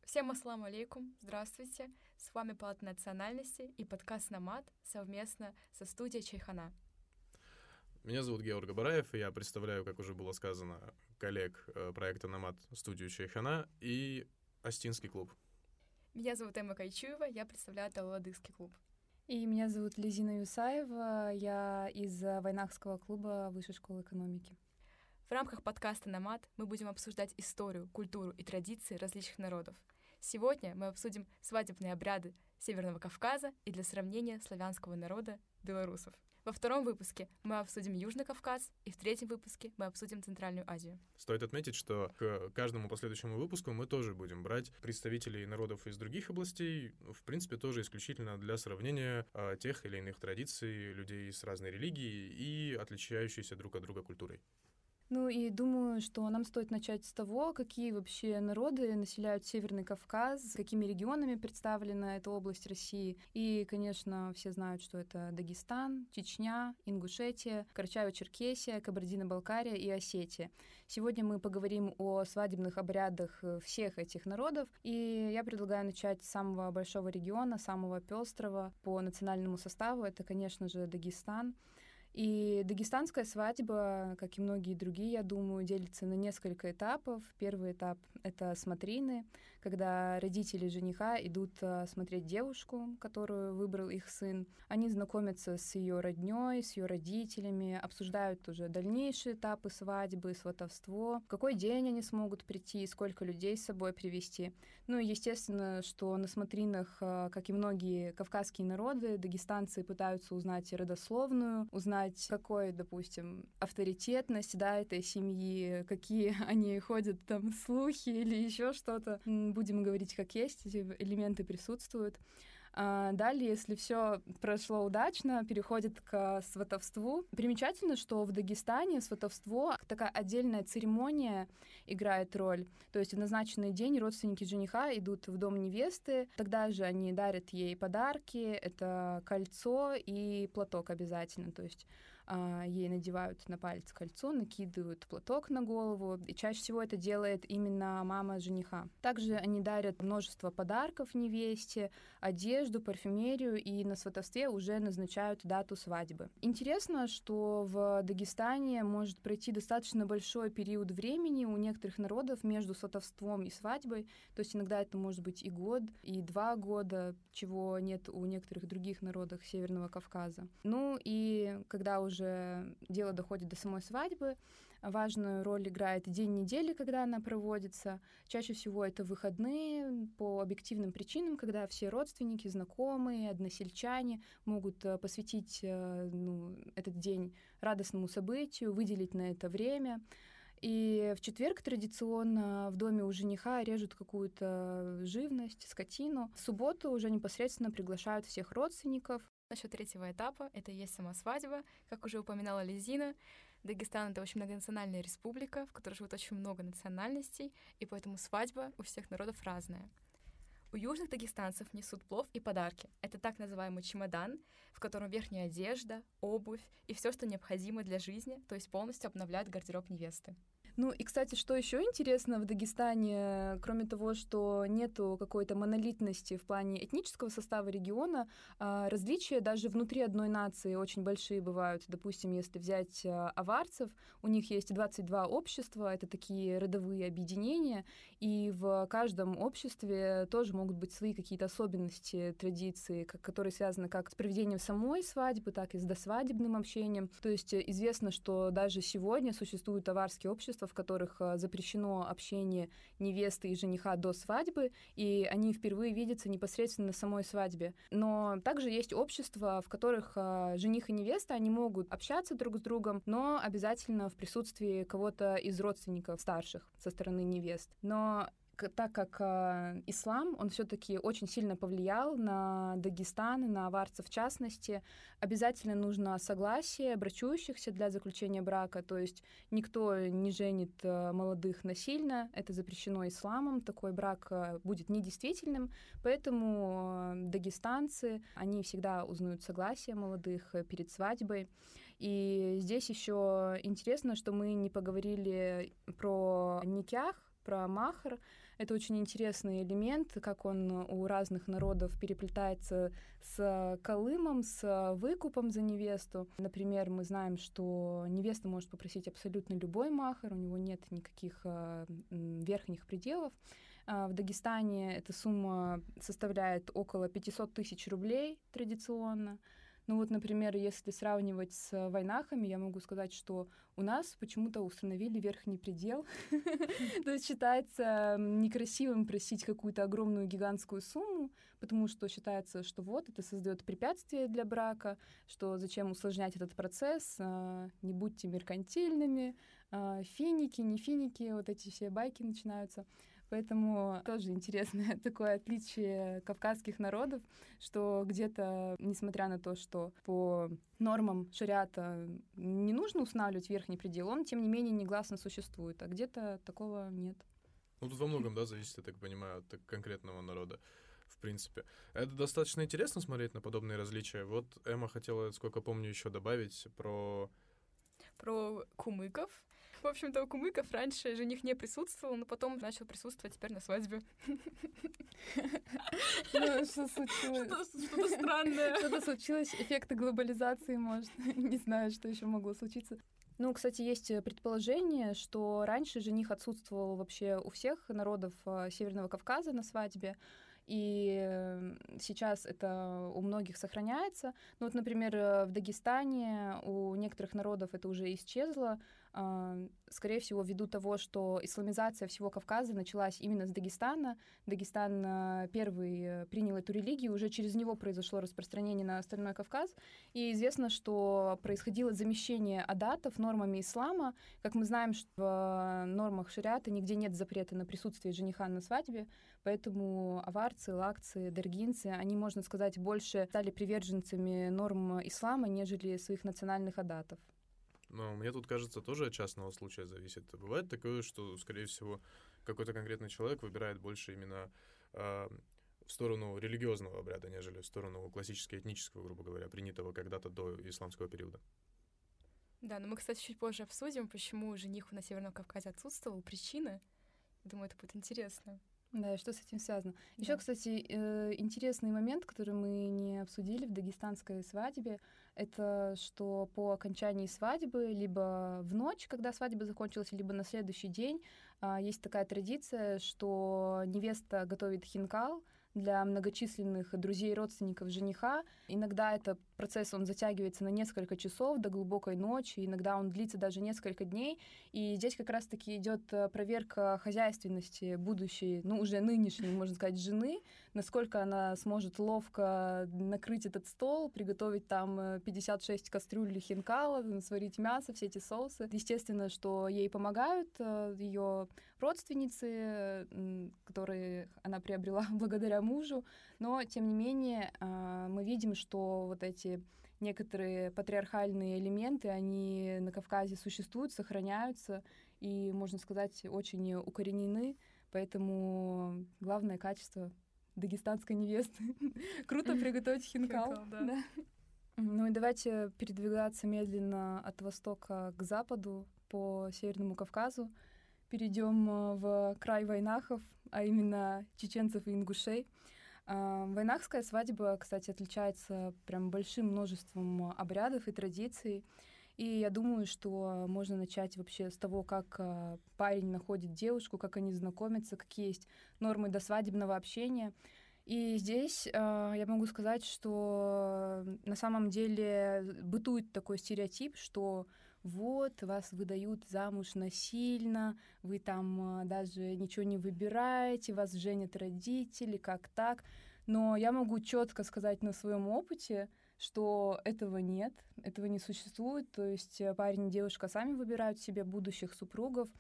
Всем ассаламу алейкум, здравствуйте. С вами Палата национальности и подкаст «Намат» совместно со студией Чайхана. Меня зовут Георг Абараев, и я представляю, как уже было сказано, коллег проекта «Намат», студию Чайхана и Остинский клуб. Меня зовут Эмма Кайчуева, я представляю Талладыкский клуб. И меня зовут Лизина Юсаева, я из Вайнахского клуба Высшей школы экономики. В рамках подкаста «Намат» мы будем обсуждать историю, культуру и традиции различных народов. Сегодня мы обсудим свадебные обряды Северного Кавказа и для сравнения славянского народа белорусов. Во втором выпуске мы обсудим Южный Кавказ, и в третьем выпуске мы обсудим Центральную Азию. Стоит отметить, что к каждому последующему выпуску мы тоже будем брать представителей народов из других областей, в принципе, тоже исключительно для сравнения тех или иных традиций людей с разной религией и отличающейся друг от друга культурой. Ну и думаю, что нам стоит начать с того, какие вообще народы населяют Северный Кавказ, какими регионами представлена эта область России. И, конечно, все знают, что это Дагестан, Чечня, Ингушетия, Карачаево-Черкесия, Кабардино-Балкария и Осетия. Сегодня мы поговорим о свадебных обрядах всех этих народов. И я предлагаю начать с самого большого региона, самого пестрого по национальному составу. Это, конечно же, Дагестан. И дагестанская свадьба, как и многие другие, я думаю, делится на несколько этапов. Первый этап — это смотрины, когда родители жениха идут смотреть девушку, которую выбрал их сын. Они знакомятся с ее роднёй, с ее родителями, обсуждают уже дальнейшие этапы свадьбы, сватовство, в какой день они смогут прийти, сколько людей с собой привезти. Ну и естественно, что на смотринах, как и многие кавказские народы, дагестанцы пытаются узнать родословную, узнать, какой, допустим, авторитетность, да, этой семьи, какие они ходят там слухи или еще что-то. Будем говорить как есть, эти элементы присутствуют. Далее, если все прошло удачно, переходит к сватовству. Примечательно, что в Дагестане сватовство — такая отдельная церемония играет роль. То есть в назначенный день родственники жениха идут в дом невесты, тогда же они дарят ей подарки, это кольцо и платок обязательно. То есть ей надевают на палец кольцо, накидывают платок на голову, и чаще всего это делает именно мама жениха. Также они дарят множество подарков невесте, одежду, парфюмерию, и на сватовстве уже назначают дату свадьбы. Интересно, что в Дагестане может пройти достаточно большой период времени у некоторых народов между сватовством и свадьбой, то есть иногда это может быть и год, и 2 года, чего нет у некоторых других народов Северного Кавказа. Ну и когда уже дело доходит до самой свадьбы, важную роль играет день недели, когда она проводится. Чаще всего это выходные по объективным причинам, когда все родственники, знакомые, односельчане могут посвятить этот день радостному событию, выделить на это время. И в четверг традиционно в доме у жениха режут какую-то живность, скотину. В субботу уже непосредственно приглашают всех родственников. Насчет третьего этапа — это и есть сама свадьба. Как уже упоминала Лизина, Дагестан — это очень многонациональная республика, в которой живет очень много национальностей, и поэтому свадьба у всех народов разная. У южных дагестанцев несут плов и подарки. Это так называемый чемодан, в котором верхняя одежда, обувь и все, что необходимо для жизни, то есть полностью обновляют гардероб невесты. Ну и, кстати, что еще интересно в Дагестане, кроме того, что нету какой-то монолитности в плане этнического состава региона, различия даже внутри одной нации очень большие бывают. Допустим, если взять аварцев, у них есть 22 общества, это такие родовые объединения, и в каждом обществе тоже могут быть свои какие-то особенности, традиции, которые связаны как с проведением самой свадьбы, так и с досвадебным общением. То есть известно, что даже сегодня существуют аварские общества, в которых запрещено общение невесты и жениха до свадьбы, и они впервые видятся непосредственно на самой свадьбе. Но также есть общества, в которых жених и невеста, они могут общаться друг с другом, но обязательно в присутствии кого-то из родственников старших со стороны невест. Но так как ислам, он все-таки очень сильно повлиял на Дагестан и на аварцев в частности, обязательно нужно согласие брачующихся для заключения брака, то есть никто не женит молодых насильно, это запрещено исламом, такой брак будет недействительным, поэтому дагестанцы, они всегда узнают согласие молодых перед свадьбой. И здесь еще интересно, что мы не поговорили про никях, про махр. Это очень интересный элемент, как он у разных народов переплетается с колымом, с выкупом за невесту. Например, мы знаем, что невеста может попросить абсолютно любой махр, у него нет никаких верхних пределов. В Дагестане эта сумма составляет около 500 тысяч рублей традиционно. Ну вот, например, если сравнивать с войнахами, я могу сказать, что у нас почему-то установили верхний предел. То есть считается некрасивым просить какую-то огромную гигантскую сумму, потому что считается, что вот это создает препятствие для брака, что зачем усложнять этот процесс, не будьте меркантильными, финики, не финики, вот эти все байки начинаются. Поэтому тоже интересное такое отличие кавказских народов, что где-то, несмотря на то, что по нормам шариата не нужно устанавливать верхний предел, он, тем не менее, негласно существует, а где-то такого нет. Ну, тут во многом, да, зависит, я так понимаю, от конкретного народа, в принципе. Это достаточно интересно смотреть на подобные различия. Вот Эмма хотела, сколько помню, еще добавить про кумыков. В общем-то, у кумыков раньше жених не присутствовал, но потом начал присутствовать теперь на свадьбе. Ну, что случилось? Что-то странное. Что-то случилось, эффекты глобализации, может. Не знаю, что еще могло случиться. Ну, кстати, есть предположение, что раньше жених отсутствовал вообще у всех народов Северного Кавказа на свадьбе, и сейчас это у многих сохраняется. Ну вот, например, в Дагестане у некоторых народов это уже исчезло, скорее всего, ввиду того, что исламизация всего Кавказа началась именно с Дагестана. Дагестан первый принял эту религию, уже через него произошло распространение на остальной Кавказ. И известно, что происходило замещение адатов нормами ислама. Как мы знаем, что в нормах шариата нигде нет запрета на присутствие жениха на свадьбе, поэтому аварцы, лакцы, даргинцы, они, можно сказать, больше стали приверженцами норм ислама, нежели своих национальных адатов. Но мне тут кажется, тоже от частного случая зависит. Бывает такое, что, скорее всего, какой-то конкретный человек выбирает больше именно в сторону религиозного обряда, нежели в сторону классически-этнического, грубо говоря, принятого когда-то до исламского периода. Да, но мы, кстати, чуть позже обсудим, почему жених на Северном Кавказе отсутствовал, причины. Думаю, это будет интересно. Да, и что с этим связано. Да. Еще, кстати, интересный момент, который мы не обсудили в дагестанской свадьбе, это что по окончании свадьбы, либо в ночь, когда свадьба закончилась, либо на следующий день, есть такая традиция, что невеста готовит хинкал для многочисленных друзей и родственников жениха. Иногда этот процесс, он затягивается на несколько часов до глубокой ночи, иногда он длится даже несколько дней. И здесь как раз-таки идет проверка хозяйственности будущей, ну уже нынешней, можно сказать, жены, насколько она сможет ловко накрыть этот стол, приготовить там 56 кастрюль хинкала, сварить мясо, все эти соусы. Естественно, что ей помогают ее родственницы, которые она приобрела благодаря мужу, но, тем не менее, мы видим, что вот эти некоторые патриархальные элементы, они на Кавказе существуют, сохраняются и, можно сказать, очень укоренены, поэтому главное качество дагестанской невесты — круто приготовить хинкал. Да. Ну и давайте передвигаться медленно от востока к западу по Северному Кавказу. Перейдем в край вайнахов, а именно чеченцев и ингушей. Вайнахская свадьба, кстати, отличается прям большим множеством обрядов и традиций. И я думаю, что можно начать вообще с того, как парень находит девушку, как они знакомятся, какие есть нормы досвадебного общения. И здесь я могу сказать, что на самом деле бытует такой стереотип, что вот, вас выдают замуж насильно, вы там даже ничего не выбираете, вас женят родители, как так. Но я могу четко сказать на своем опыте, что этого нет, этого не существует. То есть парень и девушка сами выбирают себе будущих супругов.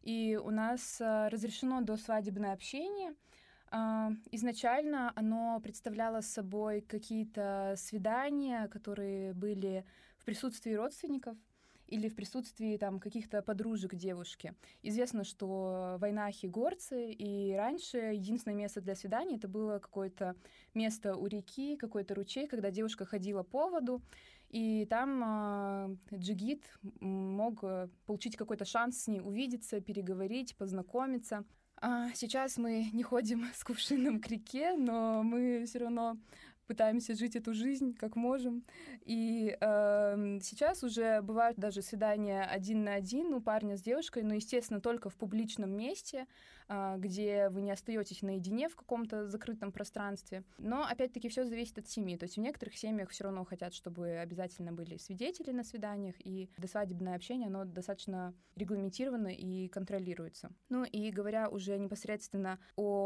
И у нас разрешено досвадебное общение. Изначально оно представляло собой какие-то свидания, которые были в присутствии родственников или в присутствии там каких-то подружек девушки. Известно, что вайнахи горцы, и раньше единственное место для свидания это было какое-то место у реки, какой-то ручей, когда девушка ходила по воду, и там джигит мог получить какой-то шанс с ней увидеться, переговорить, познакомиться. Сейчас мы не ходим с кувшином к реке, но мы все равно пытаемся жить эту жизнь как можем. И сейчас уже бывают даже свидания 1 на 1 у парня с девушкой, но, естественно, только в публичном месте, где вы не остаетесь наедине в каком-то закрытом пространстве. Но, опять-таки, все зависит от семьи. То есть в некоторых семьях все равно хотят, чтобы обязательно были свидетели на свиданиях, и досвадебное общение, оно достаточно регламентировано и контролируется. Ну и говоря уже непосредственно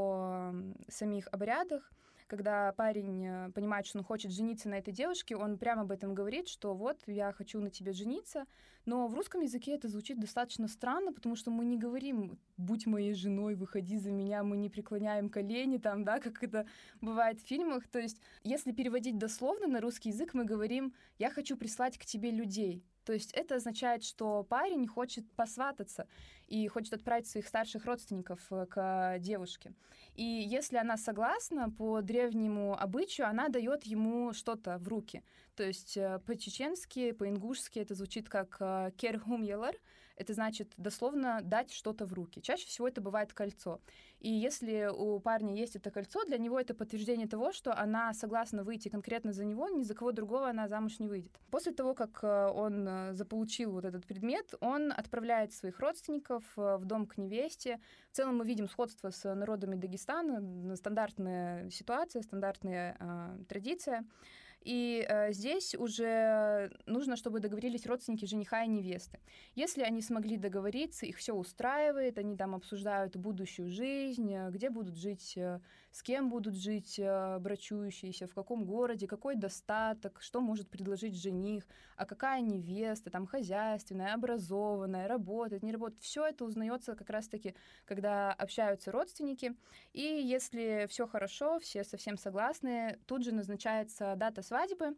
о самих обрядах, когда парень понимает, что он хочет жениться на этой девушке, он прямо об этом говорит, что вот, я хочу на тебе жениться. Но в русском языке это звучит достаточно странно, потому что мы не говорим «будь моей женой, выходи за меня», мы не преклоняем колени, там, да, как это бывает в фильмах. То есть, если переводить дословно на русский язык, мы говорим «я хочу прислать к тебе людей». То есть это означает, что парень хочет посвататься и хочет отправить своих старших родственников к девушке. И если она согласна, по древнему обычаю она дает ему что-то в руки. То есть по-чеченски, по-ингушски это звучит как «керхум елар», это значит дословно дать что-то в руки. Чаще всего это бывает кольцо. И если у парня есть это кольцо, для него это подтверждение того, что она согласна выйти конкретно за него, ни за кого другого она замуж не выйдет. После того, как он заполучил вот этот предмет, он отправляет своих родственников в дом к невесте. В целом мы видим сходство с народами Дагестана, стандартная ситуация, стандартная традиция. И здесь уже нужно, чтобы договорились родственники жениха и невесты. Если они смогли договориться, их все устраивает, они там обсуждают будущую жизнь, где будут жить, с кем будут жить брачующиеся, в каком городе, какой достаток, что может предложить жених, а какая невеста, там хозяйственная, образованная, работает, не работает. Все это узнается как раз-таки, когда общаются родственники. И если все хорошо, все совсем согласны, тут же назначается дата свадьбы.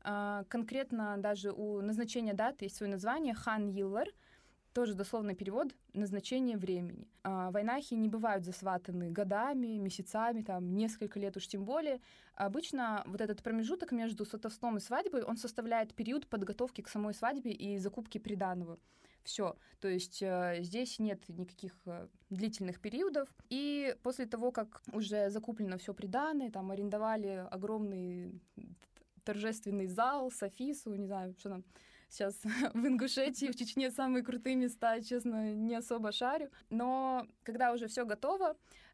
Конкретно даже у назначения даты есть свое название «хан йиллар», тоже дословный перевод «назначение времени». Вайнахи не бывают засватаны годами, месяцами, там, несколько лет уж тем более. Обычно вот этот промежуток между сватовством и свадьбой, он составляет период подготовки к самой свадьбе и закупки приданого. Все. То есть здесь нет никаких длительных периодов. И после того, как уже закуплено все приданое, там арендовали огромный торжественный зал, Софису, не знаю, что там сейчас в Ингушетии, в Чечне самые крутые места, честно, не особо шарю. Но когда уже все готово,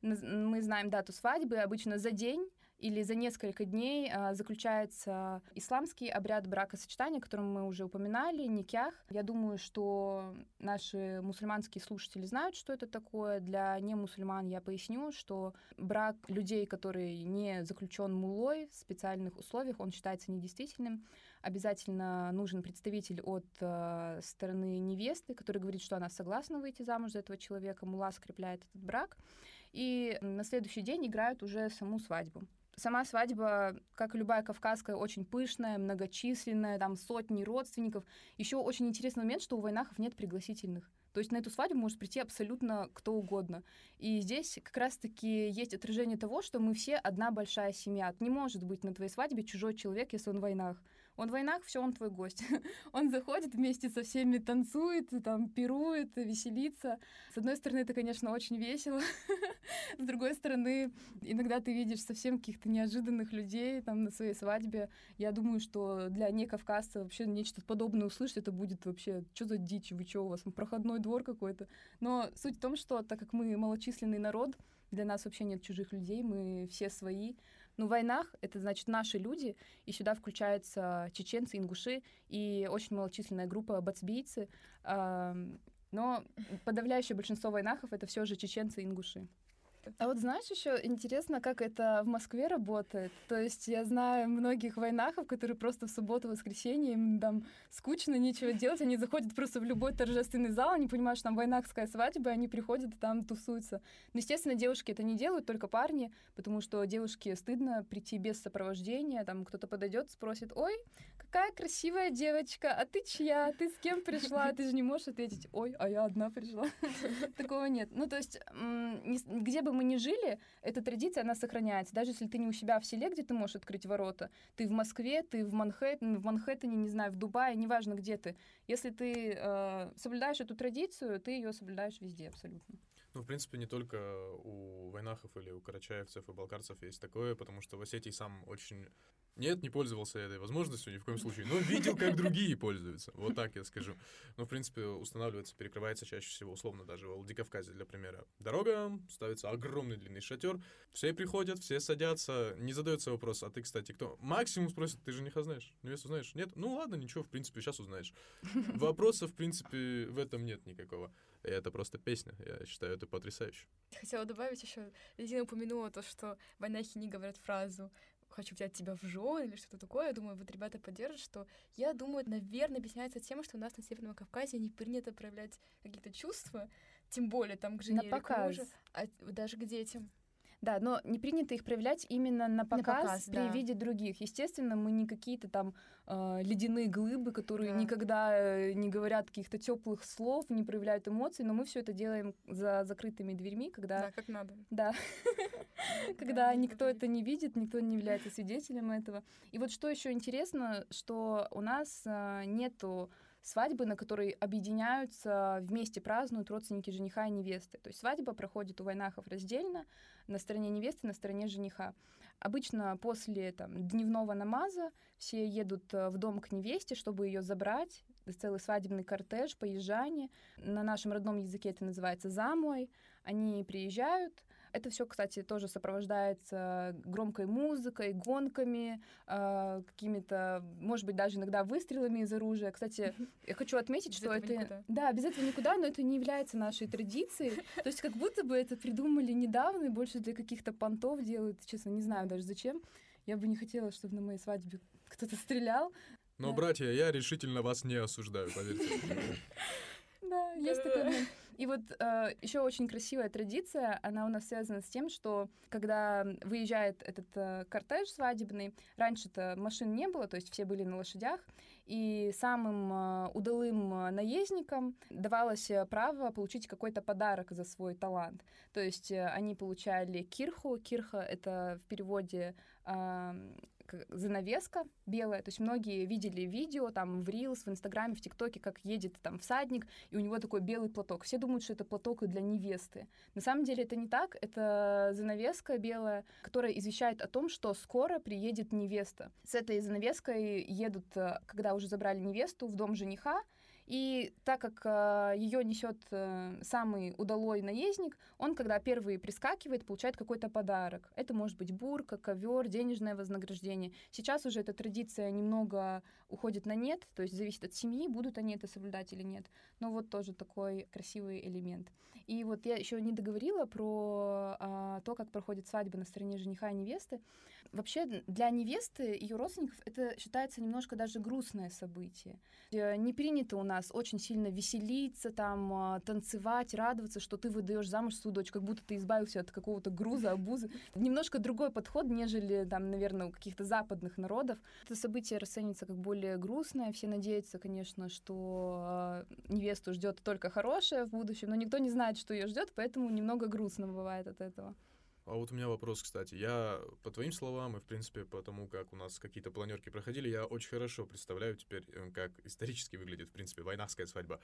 мы знаем дату свадьбы, обычно за день или за несколько дней заключается исламский обряд бракосочетания, о котором мы уже упоминали, никях. Я думаю, что наши мусульманские слушатели знают, что это такое. Для немусульман я поясню, что брак людей, который не заключен муллой в специальных условиях, он считается недействительным. Обязательно нужен представитель от стороны невесты, который говорит, что она согласна выйти замуж за этого человека. Мулла скрепляет этот брак. И на следующий день играют уже саму свадьбу. Сама свадьба, как и любая кавказская, очень пышная, многочисленная, там сотни родственников. Еще очень интересный момент, что у вайнахов нет пригласительных. То есть на эту свадьбу может прийти абсолютно кто угодно. И здесь как раз-таки есть отражение того, что мы все одна большая семья. Не может быть на твоей свадьбе чужой человек, если он в войнах. Он в войнах, все, он твой гость. Он заходит вместе со всеми, танцует, там, пирует, веселится. С одной стороны, это, конечно, очень весело. С другой стороны, иногда ты видишь совсем каких-то неожиданных людей там на своей свадьбе. Я думаю, что для некавказца вообще нечто подобное услышать, это будет вообще, что за дичь, вы что, у вас проходной двор какой-то. Но суть в том, что так как мы малочисленный народ, для нас вообще нет чужих людей, мы все свои. Но в войнах это значит наши люди, и сюда включаются чеченцы, ингуши и очень малочисленная группа бацбийцы. Но подавляющее большинство войнахов это все же чеченцы и ингуши. А вот знаешь, еще интересно, как это в Москве работает. То есть я знаю многих войнахов, которые просто в субботу-воскресенье, им там скучно, нечего делать, они заходят просто в любой торжественный зал, они понимают, что там войнахская свадьба, и они приходят и там тусуются. Но, естественно, девушки это не делают, только парни, потому что девушке стыдно прийти без сопровождения, там кто-то подойдет, спросит: «Ой, какая красивая девочка, а ты чья? Ты с кем пришла?» Ты же не можешь ответить: «Ой, а я одна пришла». Такого нет. Ну, то есть, где бы мы ни жили, эта традиция, она сохраняется. Даже если ты не у себя в селе, где ты можешь открыть ворота, ты в Москве, ты в Манхэттене, не знаю, в Дубае, неважно, где ты. Если ты соблюдаешь эту традицию, ты ее соблюдаешь везде абсолютно. Ну, в принципе, не только у вайнахов или у карачаевцев и балкарцев есть такое, потому что в Осетии сам очень... Нет, не пользовался этой возможностью ни в коем случае, но видел, как другие пользуются. Вот так я скажу. Но, в принципе, устанавливается, перекрывается чаще всего, условно, даже в Владикавказе, для примера. Дорога, ставится огромный длинный шатер, все приходят, все садятся, не задается вопрос, а ты, кстати, кто? Максимум спросит, ты жениха знаешь? Невесту знаешь? Нет? Ну ладно, ничего, в принципе, сейчас узнаешь. Вопросов, в принципе, в этом нет никакого. И это просто песня, я считаю, это потрясающе. Хотела добавить еще, Лизина упомянула то, что вайнахи не говорят фразу «хочу взять тебя в жены» или что-то такое. Я думаю, вот ребята поддержат, что, я думаю, наверное, объясняется тем, что у нас на Северном Кавказе не принято проявлять какие-то чувства, тем более там к жене или к мужу, а даже к детям. Да, но не принято их проявлять именно на показ при да. виде других. Естественно, мы не какие-то там ледяные глыбы, которые никогда не говорят каких-то теплых слов, не проявляют эмоций, но мы все это делаем за закрытыми дверьми, когда... Да, как надо. Да. Когда никто это не видит, никто не является свидетелем этого. И вот что еще интересно, что у нас нету свадьбы, на которой объединяются, вместе празднуют родственники жениха и невесты. То есть свадьба проходит у вайнахов раздельно, на стороне невесты, на стороне жениха. Обычно после дневного намаза все едут в дом к невесте, чтобы ее забрать. Это целый свадебный кортеж, поезжане. На нашем родном языке это называется замой. Они приезжают. Это все, кстати, тоже сопровождается громкой музыкой, гонками, какими-то, может быть, даже иногда выстрелами из оружия. Кстати, я хочу отметить, что это... Никуда. Да, без этого никуда, но это не является нашей традицией. То есть как будто бы это придумали недавно и больше для каких-то понтов делают. Честно, не знаю даже зачем. Я бы не хотела, чтобы на моей свадьбе кто-то стрелял. Но, братья, я решительно вас не осуждаю, поверьте. Да, есть такой момент. И вот еще очень красивая традиция, она у нас связана с тем, что когда выезжает этот кортеж свадебный, раньше-то машин не было, то есть все были на лошадях, и самым удалым наездникам давалось право получить какой-то подарок за свой талант. То есть они получали кирху. Кирха — это в переводе занавеска белая, то есть многие видели видео там в Reels, в Инстаграме, в ТикТоке, как едет там всадник, и у него такой белый платок. Все думают, что это платок и для невесты. На самом деле это не так, это занавеска белая, которая извещает о том, что скоро приедет невеста. С этой занавеской едут, когда уже забрали невесту, в дом жениха, и так как ее несет самый удалой наездник, он, когда первый прискакивает, получает какой-то подарок. Это может быть бурка, ковер, денежное вознаграждение. Сейчас уже эта традиция немного уходит на нет, то есть зависит от семьи, будут они это соблюдать или нет. Но вот тоже такой красивый элемент. И вот я еще не договорила про то, как проходит свадьба на стороне жениха и невесты. Вообще для невесты, ее родственников, это считается немножко даже грустное событие. Не принято у нас очень сильно веселиться, там, танцевать, радоваться, что ты выдаешь замуж свою дочь, как будто ты избавился от какого-то груза, обузы. Немножко другой подход, нежели, там, наверное, у каких-то западных народов. Это событие расценивается как более грустное. Все надеются, конечно, что невесту ждет только хорошее в будущем, но никто не знает, что ее ждет, поэтому немного грустно бывает от этого. А вот у меня вопрос, кстати. Я, по твоим словам, и, в принципе, по тому, как у нас какие-то планерки проходили, я очень хорошо представляю теперь, как исторически выглядит, в принципе, вайнахская свадьба.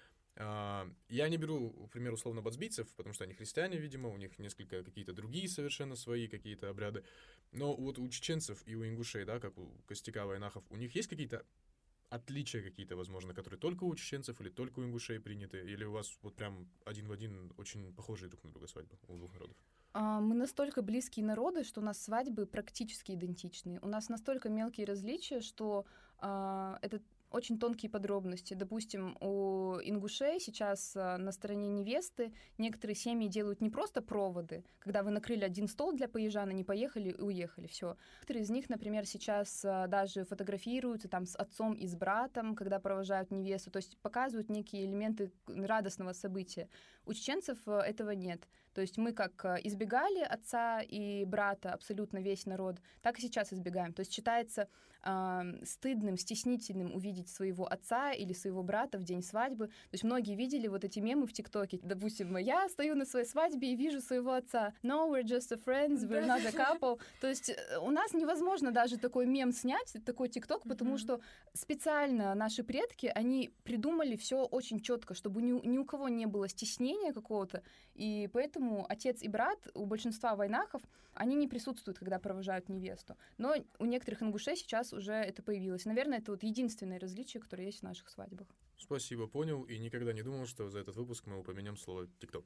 Я не беру, к примеру, условно бацбийцев, потому что они христиане, видимо, у них несколько какие-то другие совершенно свои какие-то обряды. Но вот у чеченцев и у ингушей, да, как у костяка вайнахов, у них есть какие-то отличия какие-то, возможно, которые только у чеченцев или только у ингушей приняты? Или у вас вот прям один в один очень похожие друг на друга свадьбы у двух народов? Мы настолько близкие народы, что у нас свадьбы практически идентичные. У нас настолько мелкие различия, что это очень тонкие подробности. Допустим, у ингушей сейчас на стороне невесты некоторые семьи делают не просто проводы, когда вы накрыли один стол для поезжан, они поехали и уехали, все. Некоторые из них, например, сейчас даже фотографируются там с отцом и с братом, когда провожают невесту, то есть показывают некие элементы радостного события. У чеченцев этого нет. То есть мы как избегали отца и брата, абсолютно весь народ, так и сейчас избегаем. То есть считается стыдным, стеснительным увидеть своего отца или своего брата в день свадьбы. То есть многие видели вот эти мемы в ТикТоке. Допустим, я стою на своей свадьбе и вижу своего отца. No, we're just a friends, we're not a couple. То есть у нас невозможно даже такой мем снять, такой ТикТок, потому что специально наши предки, они придумали все очень четко, чтобы ни у кого не было стеснения какого-то. И поэтому отец и брат у большинства вайнахов, они не присутствуют, когда провожают невесту. Но у некоторых ингушей сейчас уже это появилось. Наверное, это вот единственное различие, которое есть в наших свадьбах. Спасибо, понял. И никогда не думал, что за этот выпуск мы упомянем слово «ТикТок».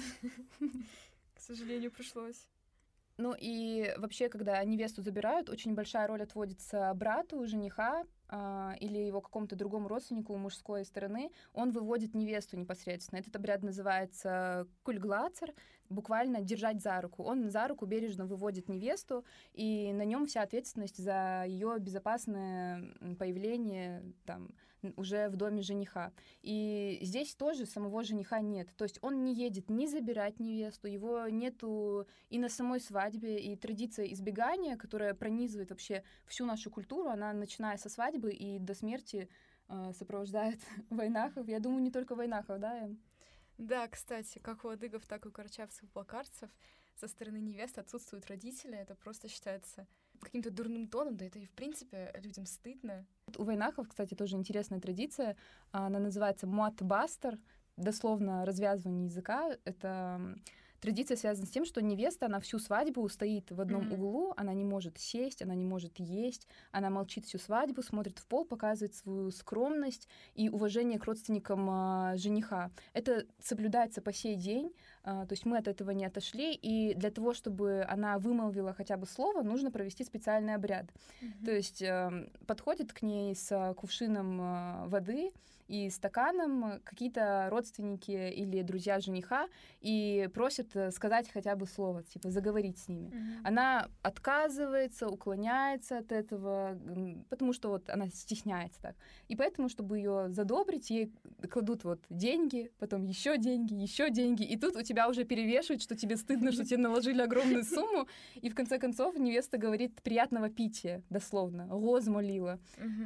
К сожалению, пришлось. Ну и вообще, когда невесту забирают, очень большая роль отводится брату жениха или его какому-то другому родственнику мужской стороны. Он выводит невесту непосредственно. Этот обряд называется кульглацер, буквально держать за руку. Он за руку бережно выводит невесту, и на нем вся ответственность за ее безопасное появление там уже в доме жениха. И здесь тоже самого жениха нет. То есть он не едет ни забирать невесту, его нету и на самой свадьбе, и традиция избегания, которая пронизывает вообще всю нашу культуру, она, начиная со свадьбы и до смерти, сопровождает вайнахов. Я думаю, не только вайнахов, да, Эм? Да, кстати, как у адыгов, так и у карачаевцев, балкарцев со стороны невесты отсутствуют родители. Это просто считается каким-то дурным тоном, да это и, в принципе, людям стыдно. У вайнахов, кстати, тоже интересная традиция. Она называется муатбастер, дословно развязывание языка. Это традиция связана с тем, что невеста, она всю свадьбу стоит в одном углу, она не может сесть, она не может есть, она молчит всю свадьбу, смотрит в пол, показывает свою скромность и уважение к родственникам жениха. Это соблюдается по сей день, то есть мы от этого не отошли, и для того, чтобы она вымолвила хотя бы слово, нужно провести специальный обряд. То есть подходит к ней с кувшином воды и стаканом какие-то родственники или друзья жениха и просят сказать хотя бы слово, типа заговорить с ними. Она отказывается, уклоняется от этого, потому что вот она стесняется так. И поэтому, чтобы ее задобрить, ей кладут вот деньги, потом еще деньги, и тут у тебя уже перевешивает, что тебе стыдно, что тебе наложили огромную сумму, и в конце концов невеста говорит приятного пития, дословно, «Гоз молила».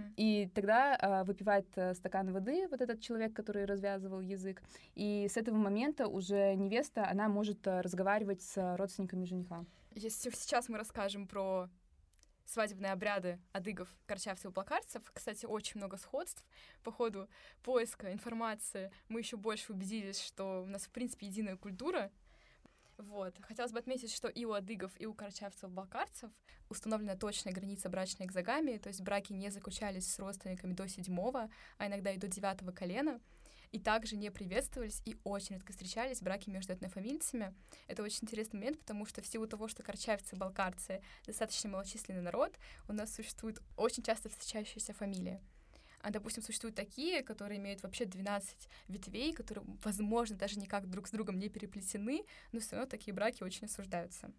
И тогда выпивает стакан воды вот этот человек, который развязывал язык, и с этого момента уже невеста, она может разговаривать с родственниками жениха. Если сейчас мы расскажем про свадебные обряды адыгов, карачаевцев и балкарцев, кстати, очень много сходств. По ходу поиска информации мы еще больше убедились, что у нас, в принципе, единая культура. Вот. Хотелось бы отметить, что и у адыгов, и у карачаевцев и балкарцев установлена точная граница брачной экзогамии, то есть браки не заключались с родственниками до 7-го, а иногда и до 9-го колена, и также не приветствовались и очень редко встречались браки между этнофамильцами. Это очень интересный момент, потому что в силу того, что карачаевцы и балкарцы достаточно малочисленный народ, у нас существует очень часто встречающиеся фамилии. А, допустим, существуют такие, которые имеют вообще 12 ветвей, которые, возможно, даже никак друг с другом не переплетены, но все равно такие браки очень осуждаются.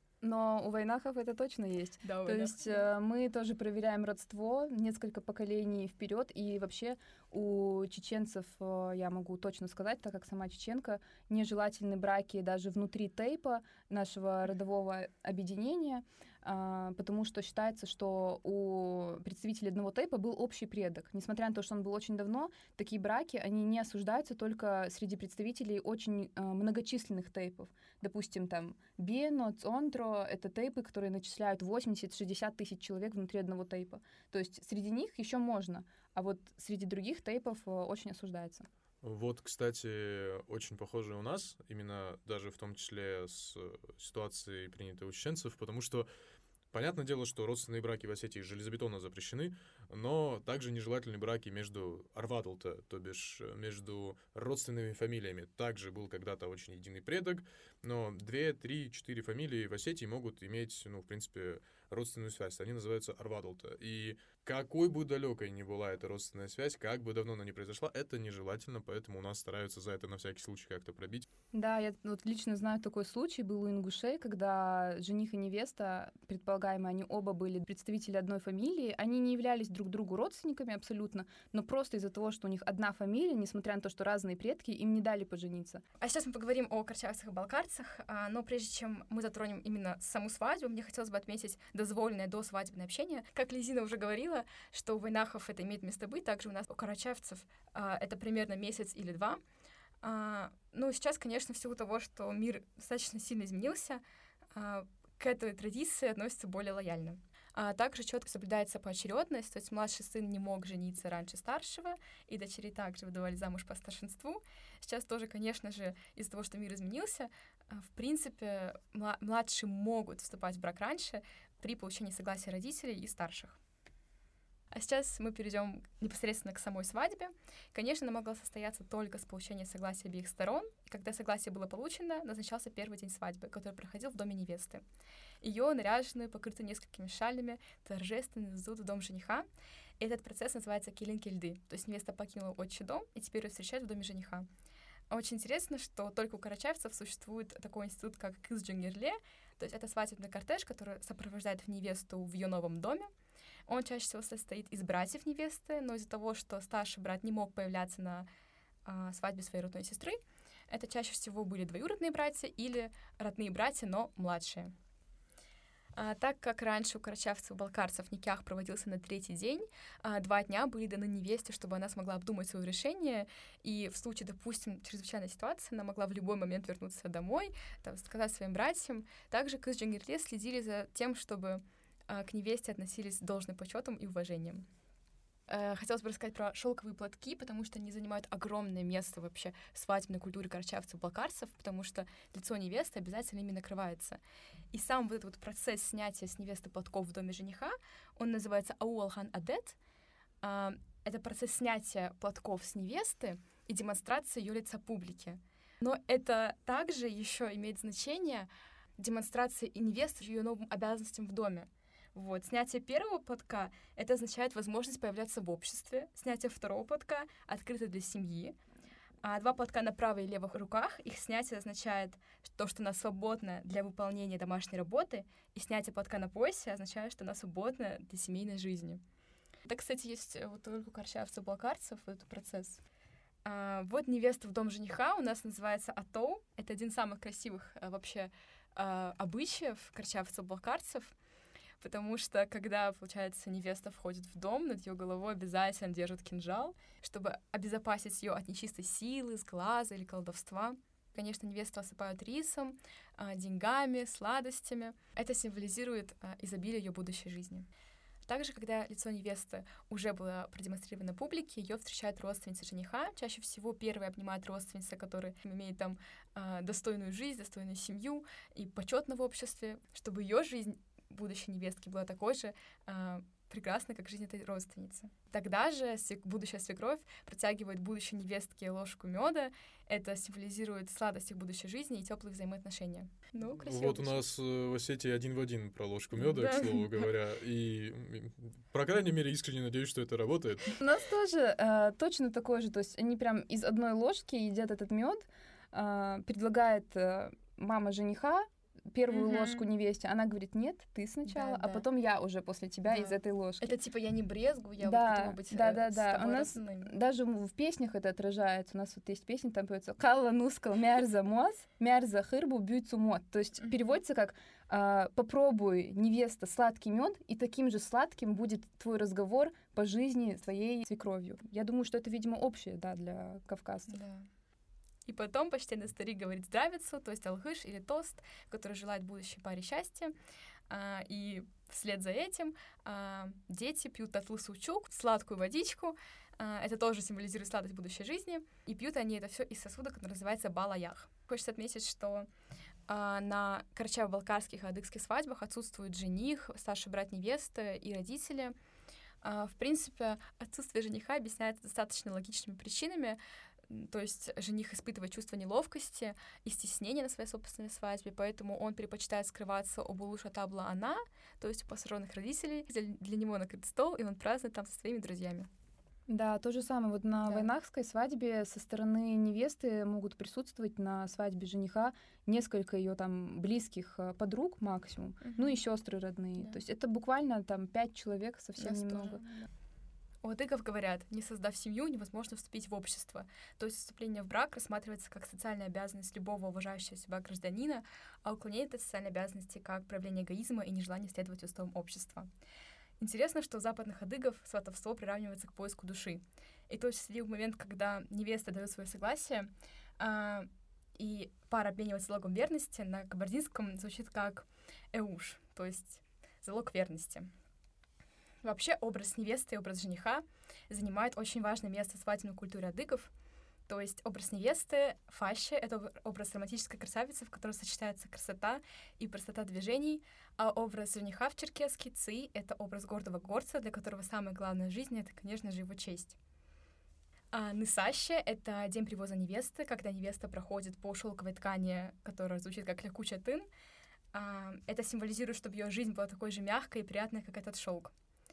Но у вайнахов это точно есть. Да, То есть мы тоже проверяем родство несколько поколений вперед, и вообще у чеченцев, я могу точно сказать, так как сама чеченка, нежелательны браки даже внутри тейпа нашего родового объединения, потому что считается, что у представителей одного тейпа был общий предок. Несмотря на то, что он был очень давно, такие браки, они не осуждаются только среди представителей очень многочисленных тейпов. Допустим, там Бено, Цонтро — это тейпы, которые начисляют 80-60 тысяч человек внутри одного тейпа. То есть среди них еще можно, а вот среди других тейпов очень осуждается. Вот, кстати, очень похоже у нас, именно даже в том числе с ситуацией, принятой у чеченцев, потому что понятное дело, что родственные браки в Осетии железобетонно запрещены, но также нежелательны браки между арвадулта, то бишь между родственными фамилиями. Также был когда-то очень единый предок, но 2, 3, 4 фамилии в Осетии могут иметь, в принципе, родственную связь. Они называются арвадулта. И какой бы далекой ни была эта родственная связь, как бы давно она ни произошла, это нежелательно, поэтому у нас стараются за это на всякий случай как-то пробить. Да, я вот лично знаю такой случай, был у ингушей, когда жених и невеста предполагали предполагаемые, они оба были представители одной фамилии, они не являлись друг другу родственниками абсолютно, но просто из-за того, что у них одна фамилия, несмотря на то, что разные предки, им не дали пожениться. А сейчас мы поговорим о карачаевцах и балкарцах, но прежде чем мы затронем именно саму свадьбу, мне хотелось бы отметить дозволенное досвадебное общение. Как Лизина уже говорила, что у войнахов это имеет место быть, также у нас у карачаевцев это примерно месяц или два. Ну, сейчас, конечно, в силу того, что мир достаточно сильно изменился, к этой традиции относятся более лояльно. Также четко соблюдается поочередность, то есть младший сын не мог жениться раньше старшего, и дочери также выдавали замуж по старшинству. Сейчас тоже, конечно же, из-за того, что мир изменился, в принципе, младшие могут вступать в брак раньше при получении согласия родителей и старших. А сейчас мы перейдем непосредственно к самой свадьбе. Конечно, она могла состояться только с получения согласия обеих сторон. И когда согласие было получено, назначался первый день свадьбы, который проходил в доме невесты. Ее, наряженную, покрытую несколькими шалями, торжественно везут в дом жениха. И этот процесс называется келин-кельды, то есть невеста покинула отчий дом и теперь ее встречают в доме жениха. Очень интересно, что только у карачаевцев существует такой институт, как кыз-джунгерле, то есть это свадебный кортеж, который сопровождает невесту в ее новом доме. Он чаще всего состоит из братьев невесты, но из-за того, что старший брат не мог появляться на свадьбе своей родной сестры, это чаще всего были двоюродные братья или родные братья, но младшие. Так как раньше у карачаевцев и балкарцев никях проводился на третий день, 2 дня были даны невесте, чтобы она смогла обдумать свое решение, и в случае, допустим, чрезвычайной ситуации она могла в любой момент вернуться домой, сказать своим братьям. Также кыз-джунгерле следили за тем, чтобы к невесте относились с должным почетом и уважением. Хотелось бы рассказать про шелковые платки, потому что они занимают огромное место вообще в свадебной культуре карачаевцев и балкарцев, потому что лицо невесты обязательно ими накрывается. И сам вот этот вот процесс снятия с невесты платков в доме жениха, он называется ауалхан адет. Это процесс снятия платков с невесты и демонстрация ее лица публике. Но это также еще имеет значение демонстрация и невесты ее новым обязанностям в доме. Вот. Снятие первого платка — это означает возможность появляться в обществе. Снятие второго платка — открыто для семьи. А 2 платка на правой и левых руках, их снятие означает то, что она свободна для выполнения домашней работы, и снятие платка на поясе означает, что она свободна для семейной жизни. Это, кстати, есть вот только у карачаевцев и балкарцев этот процесс. Вот невеста в дом жениха у нас называется атоу. Это один из самых красивых вообще обычаев карачаевцев и балкарцев, потому что, когда, получается, невеста входит в дом, над ее головой обязательно держат кинжал, чтобы обезопасить ее от нечистой силы, сглаза или колдовства. Конечно, невесту осыпают рисом, деньгами, сладостями. Это символизирует изобилие ее будущей жизни. Также, когда лицо невесты уже было продемонстрировано публике, ее встречают родственницы жениха. Чаще всего первые обнимают родственницы, которые имеют там достойную жизнь, достойную семью и почетно в обществе, чтобы ее жизнь будущей невестки была такой же прекрасной, как жизнь этой родственницы. Тогда же будущая свекровь протягивает будущей невестке ложку меда. Это символизирует сладость их будущей жизни и теплые взаимоотношения. Ну, красиво. Вот у нас в Осетии 1 в 1 про ложку меда, да. К слову говоря. И, по крайней мере, искренне надеюсь, что это работает. У нас тоже точно такое же. То есть они прям из одной ложки едят этот мед, предлагает мама жениха первую ложку невесте, она говорит: нет, ты сначала, а потом я уже после тебя из этой ложки. Это типа я не брезгую, я вот хотела быть да. У нас даже в песнях это отражается. У нас вот есть песня, там поется «Калла нускал мерза моз, мерза хырбу бюцу мод». То есть переводится как «попробуй, невеста, сладкий мед, и таким же сладким будет твой разговор по жизни с твоей свекровью». Я думаю, что это, видимо, общее, да, для кавказцев. Да. И потом почтенный старик говорит здравицу, то есть алхыш или тост, который желает будущей паре счастья. И вслед за этим дети пьют татлы сучук, сладкую водичку. Это тоже символизирует сладость будущей жизни. И пьют они это все из сосуда, который называется балаях. Хочется отметить, что на карачаево-балкарских и адыгских свадьбах отсутствует жених, старший брат невесты и родители. В принципе, отсутствие жениха объясняется достаточно логичными причинами. То есть жених испытывает чувство неловкости и стеснения на своей собственной свадьбе, поэтому он предпочитает скрываться у булуша табла она, то есть у посаженных родителей. Для него накрыт стол, и он празднует там со своими друзьями. Да, то же самое. Вот на Да. вайнахской свадьбе со стороны невесты могут присутствовать на свадьбе жениха несколько ее там близких подруг максимум, ну и сестры родные. Да. То есть это буквально там 5 человек, совсем Нас немного. тоже, да. У адыгов говорят, не создав семью, невозможно вступить в общество. То есть вступление в брак рассматривается как социальная обязанность любого уважающего себя гражданина, а уклонение от социальной обязанности как проявление эгоизма и нежелание следовать уставам общества. Интересно, что у западных адыгов сватовство приравнивается к поиску души. И то есть в момент, когда невеста дает свое согласие, и пара обменивается залогом верности, на кабардинском звучит как «эуш», то есть залог верности. Вообще образ невесты и образ жениха занимает очень важное место в свадебной культуре адыгов. То есть образ невесты, фаща — это образ романтической красавицы, в которой сочетается красота и простота движений, а образ жениха в черкеске, ци — это образ гордого горца, для которого самое главное в жизни — это, конечно же, его честь. А нысаще — это день привоза невесты, когда невеста проходит по шелковой ткани, которая звучит как лякуча тын. Это символизирует, чтобы ее жизнь была такой же мягкой и приятной, как этот шелк.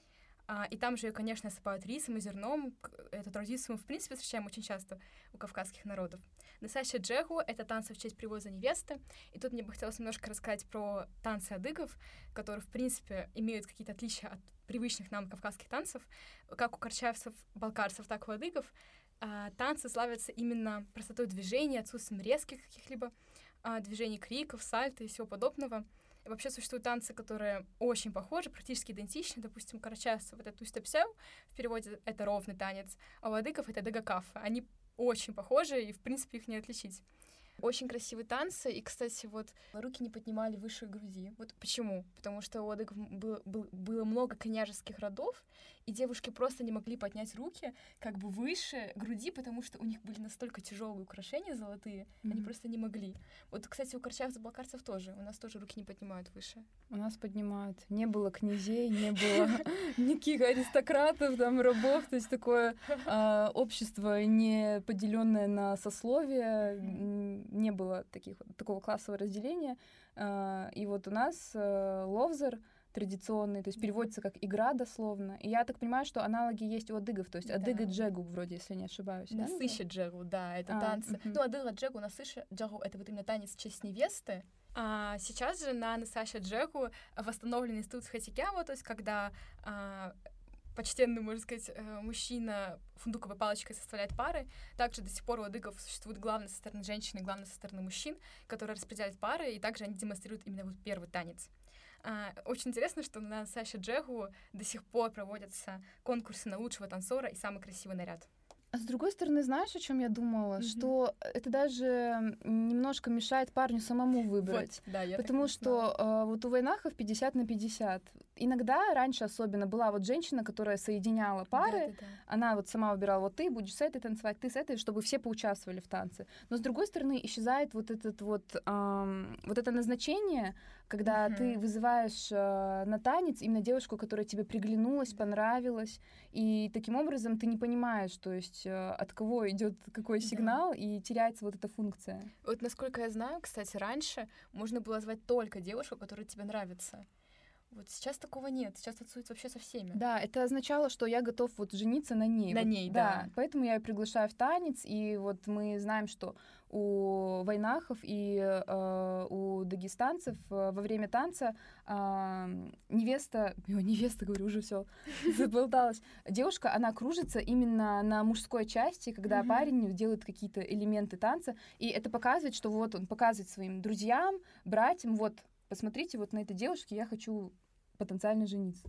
И там же ее, конечно, осыпают рисом и зерном. Эту традицию мы, в принципе, встречаем очень часто у кавказских народов. Нысаще джегу — это танцы в честь привоза невесты. И тут мне бы хотелось немножко рассказать про танцы адыгов, которые, в принципе, имеют какие-то отличия от привычных нам кавказских танцев. Как у карчаевцев, балкарцев, так и у адыгов. Танцы славятся именно простотой движения, отсутствием резких каких-либо движений, криков, сальто и всего подобного. И вообще существуют танцы, которые очень похожи, практически идентичны. Допустим, у карачаевцев это туйстепсеу, в переводе это ровный танец, а у адыгов это дагакафа. Они очень похожи, и, в принципе, их не отличить. Очень красивые танцы, и, кстати, вот руки не поднимали выше груди. Вот почему? Потому что у адыгов было много княжеских родов, и девушки просто не могли поднять руки как бы выше груди, потому что у них были настолько тяжелые украшения золотые, они просто не могли. Вот, кстати, у карчаевцев, балкарцев тоже. У нас тоже руки не поднимают выше. У нас поднимают. Не было князей, не было никаких аристократов, там, рабов. То есть такое общество, не поделенное на сословия, не было такого классового разделения. И вот у нас ловзар традиционный, то есть переводится как игра дословно. И я так понимаю, что аналоги есть у адыгов, то есть адыга джегу вроде, если не ошибаюсь. Насыща джегу, да, это танцы. Ну, адыга джегу, насыща джегу — это вот именно танец в честь невесты. А сейчас же на Насаша джегу восстановлен институт хатикява, то есть когда почтенный, можно сказать, мужчина фундуковой палочкой составляет пары. Также до сих пор у адыгов существует главное со стороны женщины и главное со стороны мужчин, которые распределяют пары, и также они демонстрируют именно вот первый танец. Очень интересно, что на Саше Джегу до сих пор проводятся конкурсы на лучшего танцора и самый красивый наряд. А с другой стороны, знаешь, о чем я думала? Что это даже немножко мешает парню самому выбрать. Вот, да, потому что вот у вайнахов 50/50. Иногда, раньше особенно, была вот женщина, которая соединяла пары. Да. Она вот сама выбирала, вот ты будешь с этой танцевать, ты с этой, чтобы все поучаствовали в танце. Но с другой стороны, исчезает вот это назначение, когда ты вызываешь на танец именно девушку, которая тебе приглянулась, понравилась, и таким образом ты не понимаешь, то есть от кого идет какой сигнал, и теряется вот эта функция. Вот насколько я знаю, кстати, раньше можно было звать только девушку, которая тебе нравится. Вот сейчас такого нет, сейчас танцуют вообще со всеми. Да, это означало, что я готов вот жениться на ней. На вот, ней, да. Поэтому я ее приглашаю в танец, и вот мы знаем, что у вайнахов и у дагестанцев во время танца невеста, говорю, уже все заболталась, девушка, она кружится именно на мужской части, когда парень делает какие-то элементы танца, и это показывает, что вот он показывает своим друзьям, братьям, вот, посмотрите, вот на этой девушке я хочу потенциально жениться.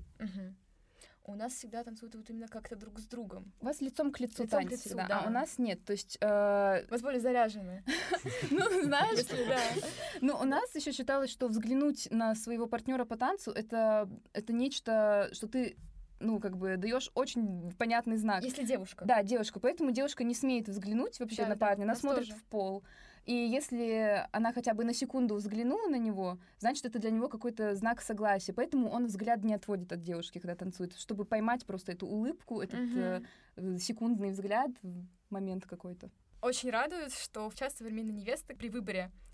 У нас всегда танцуют вот именно как-то друг с другом. У вас лицом к лицу танец всегда, да. А у нас нет, то есть... Вас более заряжены. Ну, знаешь, да. Но у нас еще считалось, что взглянуть на своего партнера по танцу — это нечто, что ты даешь очень понятный знак. Если девушка. Да, девушка. Поэтому девушка не смеет взглянуть вообще на парня, она смотрит в пол. И если она хотя бы на секунду взглянула на него, значит, это для него какой-то знак согласия. Поэтому он взгляд не отводит от девушки, когда танцует, чтобы поймать просто эту улыбку, этот секундный взгляд, момент какой-то. Очень радует, что часто современные невесты при выборе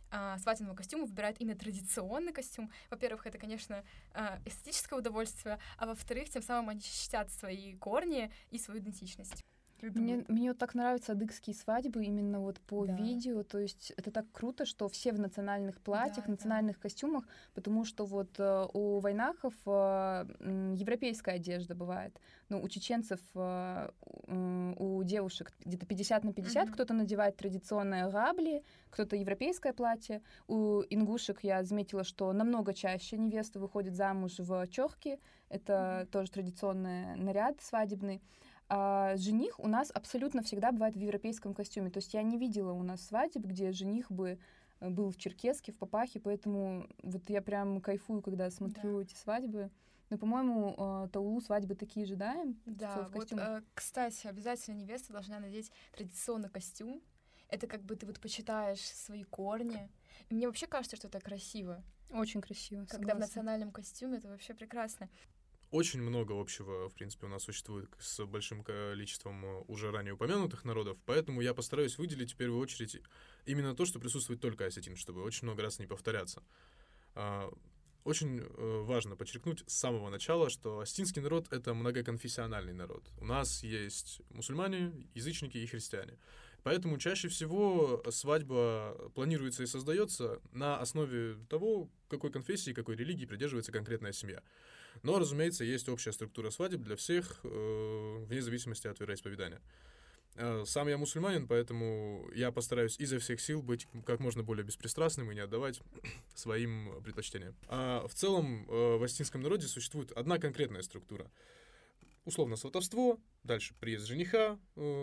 свадебного костюма выбирают именно традиционный костюм. Во-первых, это, конечно, эстетическое удовольствие, а во-вторых, тем самым они чтят свои корни и свою идентичность. Мне вот так нравятся адыгские свадьбы именно вот по Да. видео, то есть это так круто, что все в национальных платьях, Да, национальных костюмах, потому что вот у вайнахов европейская одежда бывает, но у чеченцев, у девушек где-то 50 на 50, кто-то надевает традиционные габли, кто-то европейское платье, у ингушек я заметила, что намного чаще невеста выходит замуж в чохке, это тоже традиционный наряд свадебный. А жених у нас абсолютно всегда бывает в европейском костюме. То есть я не видела у нас свадеб, где жених бы был в черкеске, в папахе, поэтому вот я прям кайфую, когда смотрю эти свадьбы. Но, по-моему, Таулу свадьбы такие же, да? Да, вот, кстати, обязательно невеста должна надеть традиционный костюм. Это как бы ты вот почитаешь свои корни. И мне вообще кажется, что это красиво. Очень красиво, Когда в национальном костюме, это вообще прекрасно. Очень много общего, в принципе, у нас существует с большим количеством уже ранее упомянутых народов, поэтому я постараюсь выделить в первую очередь именно то, что присутствует только осетин, чтобы очень много раз не повторяться. Очень важно подчеркнуть с самого начала, что осетинский народ — это многоконфессиональный народ. У нас есть мусульмане, язычники и христиане. Поэтому чаще всего свадьба планируется и создается на основе того, какой конфессии, какой религии придерживается конкретная семья. Но, разумеется, есть общая структура свадеб для всех, вне зависимости от вероисповедания. Сам я мусульманин, поэтому я постараюсь изо всех сил быть как можно более беспристрастным и не отдавать своим предпочтениям. В целом, в осетинском народе существует одна конкретная структура. Условно, сватовство, дальше приезд жениха,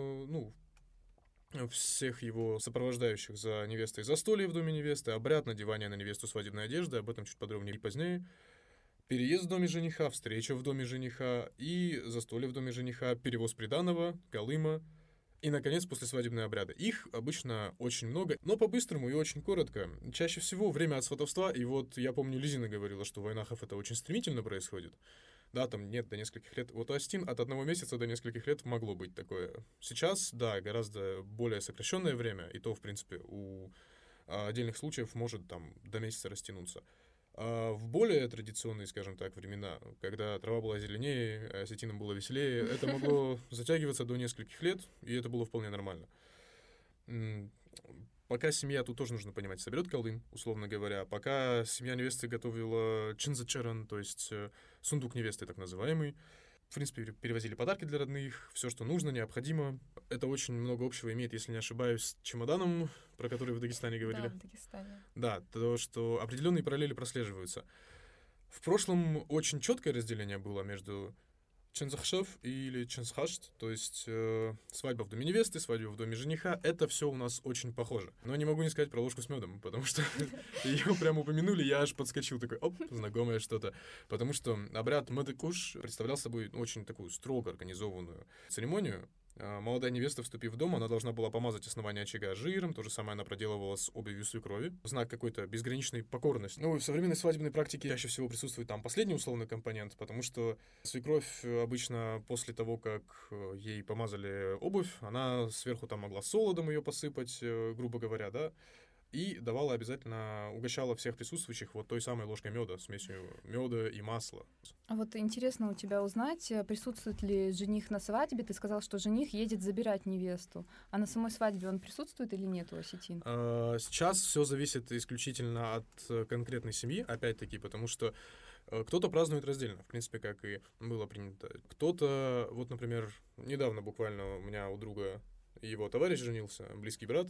всех его сопровождающих за невестой застолье в доме невесты, обряд надевания на невесту свадебной одежды, об этом чуть подробнее и позднее, переезд в доме жениха, встреча в доме жениха и застолье в доме жениха, перевоз приданого, галыма и, наконец, послесвадебные обряды. Их обычно очень много, но по-быстрому и очень коротко. Чаще всего время от сватовства, и вот я помню, Лизина говорила, что в войнахов это очень стремительно происходит. Да, там нет до нескольких лет. Вот у осетин от 1 месяца до нескольких лет могло быть такое. Сейчас, да, гораздо более сокращенное время, и то, в принципе, у отдельных случаев может там до месяца растянуться. В более традиционные, скажем так, времена, когда трава была зеленее, а осетинам было веселее, это могло затягиваться до нескольких лет, и это было вполне нормально. Пока семья, тут тоже нужно понимать, соберет колдын, условно говоря, пока семья невесты готовила чинзачаран, то есть сундук невесты, так называемый, в принципе, перевозили подарки для родных, все, что нужно, необходимо. Это очень много общего имеет, если не ошибаюсь, с чемоданом, про который в Дагестане говорили. Да, в Дагестане. Да, то, что определенные параллели прослеживаются. В прошлом очень четкое разделение было между чензахшев или чензхашт, то есть свадьба в доме невесты, свадьба в доме жениха. Это все у нас очень похоже. Но не могу не сказать про ложку с медом, потому что ее прямо упомянули, я аж подскочил такой, оп, знакомое что-то. Потому что обряд медыкуш представлял собой очень такую строго организованную церемонию. Молодая невеста, вступив в дом, она должна была помазать основание очага жиром, то же самое она проделывала с обувью свекрови, знак какой-то безграничной покорности. Ну и в современной свадебной практике чаще всего присутствует там последний условный компонент, потому что свекровь обычно после того, как ей помазали обувь, она сверху там могла солодом ее посыпать, грубо говоря, да, и давала обязательно, угощала всех присутствующих вот той самой ложкой меда, смесью меда и масла. А вот интересно у тебя узнать, присутствует ли жених на свадьбе? Ты сказал, что жених едет забирать невесту. А на самой свадьбе он присутствует или нет у осетин? Сейчас все зависит исключительно от конкретной семьи, опять-таки, потому что кто-то празднует раздельно, в принципе, как и было принято. Кто-то, вот, например, недавно буквально у меня у друга его товарищ женился, близкий брат.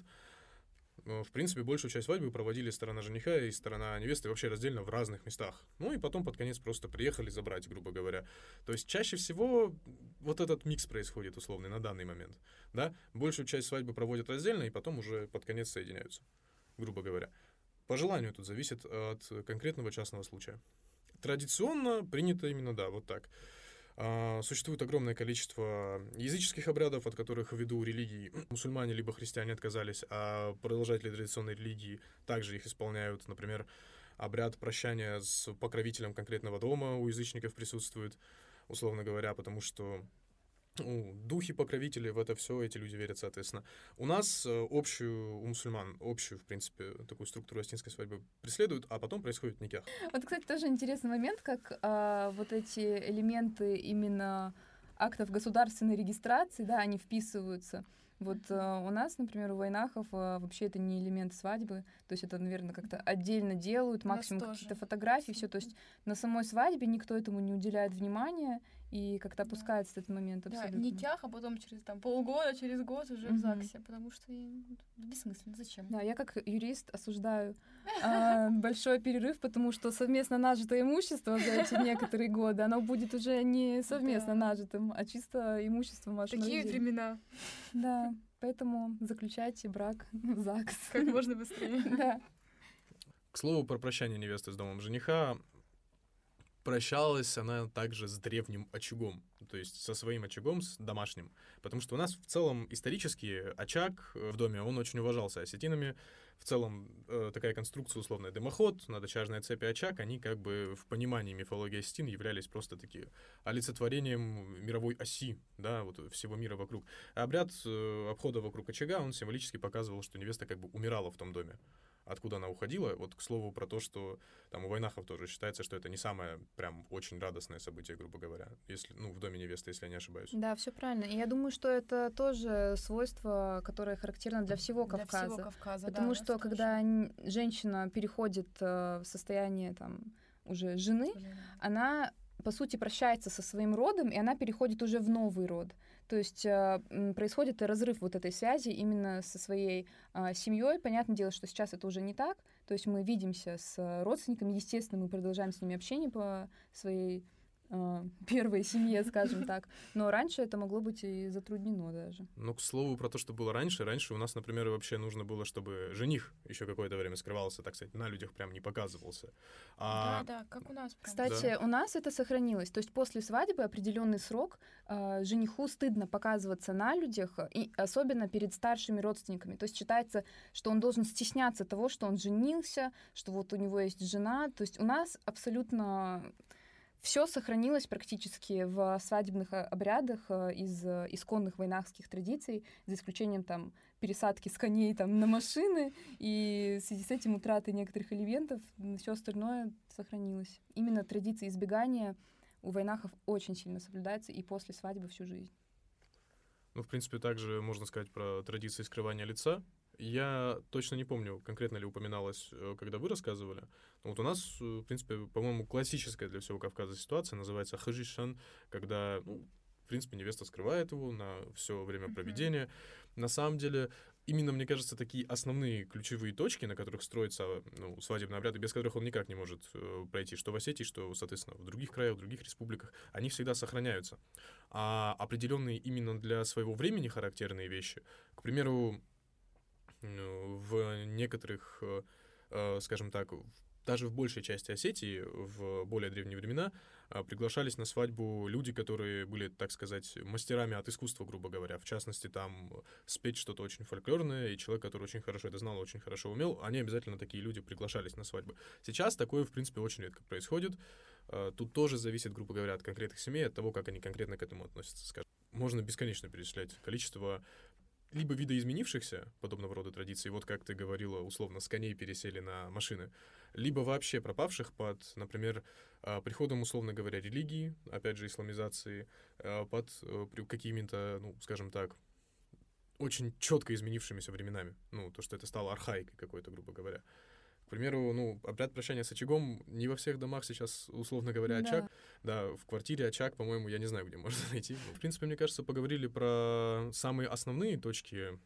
В принципе, большую часть свадьбы проводили сторона жениха и сторона невесты вообще раздельно в разных местах. Ну и потом под конец просто приехали забрать, грубо говоря. То есть чаще всего вот этот микс происходит условный на данный момент. Да? Большую часть свадьбы проводят раздельно и потом уже под конец соединяются, грубо говоря. По желанию тут зависит от конкретного частного случая. Традиционно принято именно, да, вот так. Существует огромное количество языческих обрядов, от которых ввиду религии мусульмане либо христиане отказались, а продолжатели традиционной религии также их исполняют. Например, обряд прощания с покровителем конкретного дома у язычников присутствует, условно говоря, потому что духи-покровители, в это все эти люди верят, соответственно. У нас у мусульман, общую, в принципе, такую структуру осетинской свадьбы преследуют, а потом происходит никях. Вот, кстати, тоже интересный момент, как вот эти элементы именно актов государственной регистрации, да, они вписываются. Вот у нас, например, у войнахов вообще это не элемент свадьбы, то есть это, наверное, как-то отдельно делают, максимум какие-то фотографии, все, то есть на самой свадьбе никто этому не уделяет внимания, и как-то опускается этот момент абсолютно. Да, никях, а потом через полгода, через год уже в ЗАГСе, потому что бессмысленно, зачем? Да, я как юрист осуждаю большой перерыв, потому что совместно нажитое имущество за эти некоторые годы, оно будет уже не совместно нажитым, а чисто имуществом вашего Такие времена. Да, поэтому заключайте брак в ЗАГС. Как можно быстрее. Да. К слову, про прощание невесты с домом жениха. Прощалась она также с древним очагом, то есть со своим очагом, с домашним. Потому что у нас в целом исторически очаг в доме, он очень уважался осетинами. В целом такая конструкция условная дымоход, надочажная цепь и очаг, они как бы в понимании мифологии осетин являлись просто такие олицетворением мировой оси, да, вот всего мира вокруг. А обряд обхода вокруг очага, он символически показывал, что невеста как бы умирала в том доме. Откуда она уходила. Вот, к слову, про то, что там у войнахов тоже считается, что это не самое прям очень радостное событие, грубо говоря, если, в доме невесты, если я не ошибаюсь. Да, все правильно. И я думаю, что это тоже свойство, которое характерно для всего Кавказа. Для всего Кавказа, потому что когда женщина переходит в состояние там уже жены, она, по сути, прощается со своим родом, и она переходит уже в новый род. То есть происходит разрыв вот этой связи именно со своей семьей. Понятное дело, что сейчас это уже не так. То есть мы видимся с родственниками, естественно, мы продолжаем с ними общение по своей первой семье, скажем так. Но раньше это могло быть и затруднено даже. Ну, к слову, про то, что было раньше. Раньше у нас, например, вообще нужно было, чтобы жених еще какое-то время скрывался, так сказать, на людях прям не показывался. Да, как у нас. Кстати, у нас это сохранилось. То есть после свадьбы определенный срок жениху стыдно показываться на людях, и особенно перед старшими родственниками. То есть считается, что он должен стесняться того, что он женился, что вот у него есть жена. То есть у нас абсолютно все сохранилось практически в свадебных обрядах из исконных войнахских традиций, за исключением там пересадки с коней там на машины, и в связи с этим утраты некоторых элементов, все остальное сохранилось. Именно традиция избегания у войнахов очень сильно соблюдается и после свадьбы всю жизнь. Ну, в принципе, также можно сказать про традиции скрывания лица. Я точно не помню, конкретно ли упоминалось, когда вы рассказывали. Но вот у нас, в принципе, по-моему, классическая для всего Кавказа ситуация называется хажишан, когда, в принципе, невеста скрывает его на все время проведения. На самом деле, именно, мне кажется, такие основные ключевые точки, на которых строятся свадебные обряды, без которых он никак не может пройти, что в Осетии, что, соответственно, в других краях, в других республиках, они всегда сохраняются. А определенные именно для своего времени характерные вещи, к примеру, в некоторых, скажем так, даже в большей части Осетии в более древние времена приглашались на свадьбу люди, которые были, так сказать, мастерами от искусства, грубо говоря. В частности, там спеть что-то очень фольклорное, и человек, который очень хорошо это знал, очень хорошо умел, они обязательно, такие люди, приглашались на свадьбы. Сейчас такое, в принципе, очень редко происходит. Тут тоже зависит, грубо говоря, от конкретных семей, от того, как они конкретно к этому относятся, скажем. Можно бесконечно перечислять количество либо видоизменившихся подобного рода традиций, вот как ты говорила, условно, с коней пересели на машины, либо вообще пропавших под, например, приходом, условно говоря, религии, опять же, исламизации, под какими-то, скажем так, очень четко изменившимися временами. То, что это стало архаикой какой-то, грубо говоря. К примеру, обряд прощания с очагом не во всех домах сейчас, условно говоря, очаг. Да, в квартире очаг, по-моему, я не знаю, где можно найти. В принципе, мне кажется, поговорили про самые основные точки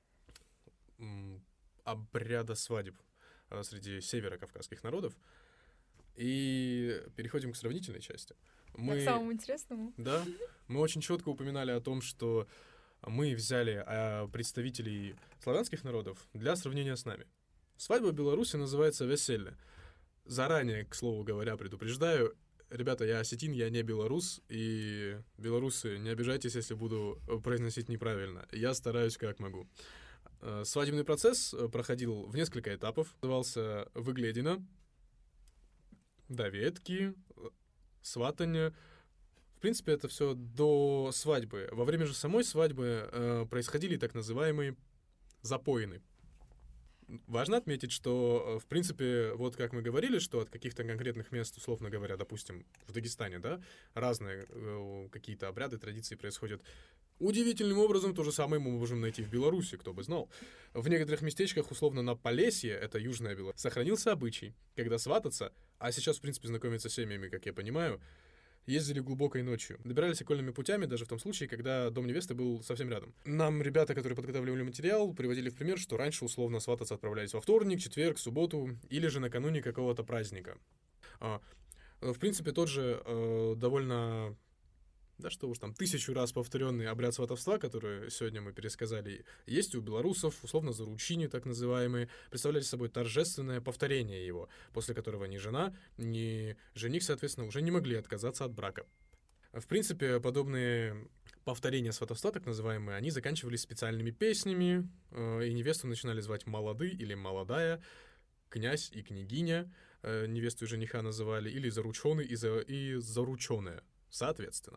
обряда свадеб среди северокавказских народов. И переходим к сравнительной части. К самому интересному. Да, мы очень четко упоминали о том, что мы взяли представителей славянских народов для сравнения с нами. Свадьба в Беларуси называется веселье. Заранее, к слову говоря, предупреждаю, ребята, я осетин, я не белорус, и белорусы, не обижайтесь, если буду произносить неправильно. Я стараюсь как могу. Свадебный процесс проходил в несколько этапов. Назывался выгледина, доветки, сватанье. В принципе, это все до свадьбы. Во время же самой свадьбы происходили так называемые запоины. Важно отметить, что, в принципе, вот как мы говорили, что от каких-то конкретных мест, условно говоря, допустим, в Дагестане, да, разные какие-то обряды, традиции происходят удивительным образом. То же самое мы можем найти в Беларуси, кто бы знал. В некоторых местечках, условно, на Полесье, это Южная Беларусь, сохранился обычай, когда свататься, а сейчас, в принципе, знакомиться с семьями, как я понимаю, ездили глубокой ночью. Добирались окольными путями, даже в том случае, когда дом невесты был совсем рядом. Нам ребята, которые подготавливали материал, приводили в пример, что раньше условно свататься отправлялись во вторник, четверг, субботу или же накануне какого-то праздника. В принципе, тот же довольно... Да что уж там, 1000 раз повторенный обряд сватовства, который сегодня мы пересказали, есть у белорусов, условно заручини так называемые, представляли собой торжественное повторение его, после которого ни жена, ни жених, соответственно, уже не могли отказаться от брака. В принципе, подобные повторения сватовства, так называемые, они заканчивались специальными песнями, и невесту начинали звать молоды или молодая, князь и княгиня, невесту и жениха называли, или зарученый и зарученая, соответственно.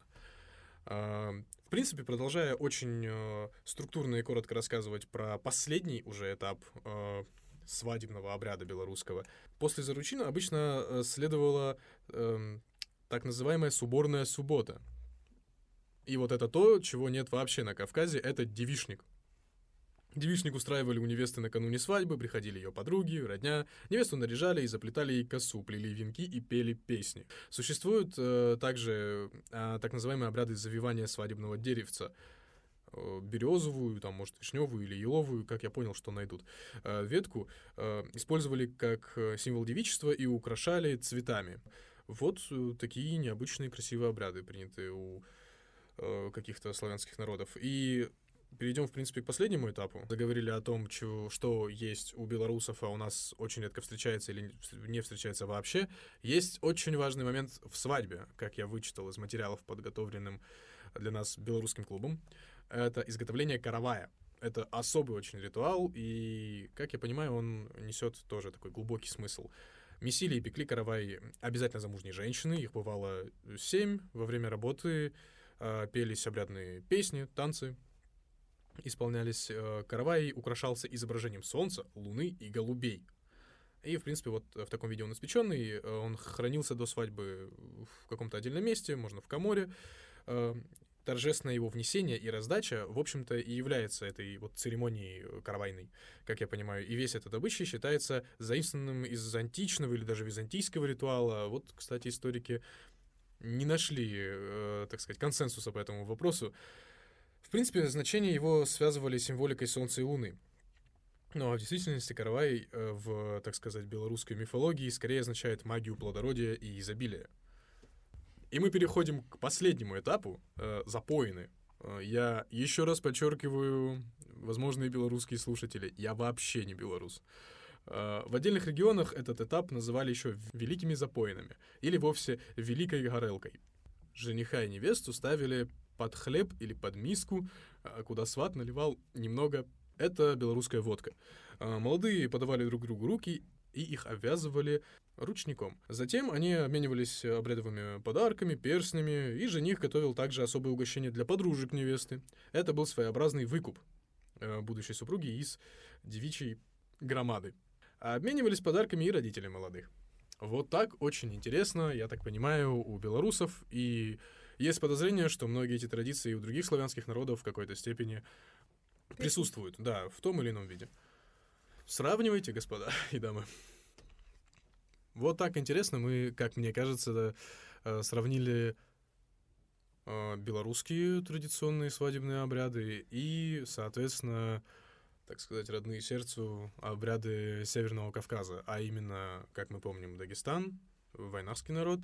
В принципе, продолжая очень структурно и коротко рассказывать про последний уже этап свадебного обряда белорусского, после заручина обычно следовала так называемая суборная суббота. И вот это то, чего нет вообще на Кавказе, это девичник. Девичник устраивали у невесты накануне свадьбы, приходили ее подруги, родня, невесту наряжали и заплетали ей косу, плели венки и пели песни. Существуют также так называемые обряды завивания свадебного деревца. Березовую, там, может, вишневую или еловую, как я понял, что найдут. Ветку использовали как символ девичества и украшали цветами. Вот такие необычные красивые обряды, принятые у каких-то славянских народов. И перейдем, в принципе, к последнему этапу. Заговорили о том, что есть у белорусов, а у нас очень редко встречается или не встречается вообще. Есть очень важный момент в свадьбе, как я вычитал из материалов, подготовленным для нас белорусским клубом. Это изготовление каравая. Это особый очень ритуал, и, как я понимаю, он несет тоже такой глубокий смысл. Месили и пекли каравай обязательно замужние женщины, их бывало 7. Во время работы пелись обрядные песни, танцы. Исполнялись. Каравай украшался изображением солнца, луны и голубей. И, в принципе, вот в таком виде он испеченный. Он хранился до свадьбы в каком-то отдельном месте, можно в коморе. Торжественное его внесение и раздача, в общем-то, и является этой вот церемонией каравайной, как я понимаю. И весь этот обычай считается заимствованным из античного или даже византийского ритуала. Вот, кстати, историки не нашли, так сказать, консенсуса по этому вопросу. В принципе, значение его связывали с символикой Солнца и Луны. Ну, а в действительности каравай в, так сказать, белорусской мифологии скорее означает магию плодородия и изобилия. И мы переходим к последнему этапу — запоины. Я еще раз подчеркиваю, возможные белорусские слушатели, я вообще не белорус. В отдельных регионах этот этап называли еще великими запоинами или вовсе великой горелкой. Жениха и невесту ставили под хлеб или под миску, куда сват наливал немного. Это белорусская водка. Молодые подавали друг другу руки и их обвязывали ручником. Затем они обменивались обрядовыми подарками, перстнями, и жених готовил также особое угощение для подружек невесты. Это был своеобразный выкуп будущей супруги из девичьей громады. А обменивались подарками и родители молодых. Вот так, очень интересно, я так понимаю, у белорусов, и есть подозрение, что многие эти традиции у других славянских народов в какой-то степени присутствуют, да, в том или ином виде. Сравнивайте, господа и дамы. Вот так интересно мы, как мне кажется, сравнили белорусские традиционные свадебные обряды и, соответственно, так сказать, родные сердцу обряды Северного Кавказа, а именно, как мы помним, Дагестан, вайнахский народ,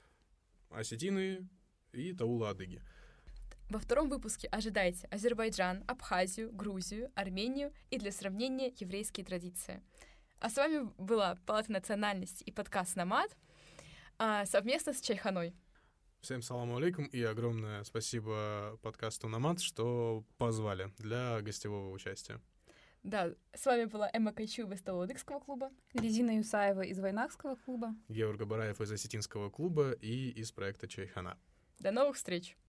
осетины и таула-адыги. Во втором выпуске ожидайте Азербайджан, Абхазию, Грузию, Армению и, для сравнения, еврейские традиции. А с вами была Палата национальности и подкаст «Намад» совместно с Чайханой. Всем салам алейкум и огромное спасибо подкасту «Намад», что позвали для гостевого участия. Да, с вами была Эмма Кайчуева из Талалыдыкского клуба, Резина Юсаева из Вайнахского клуба, Георг Абараев из Осетинского клуба и из проекта Чайхана. До новых встреч!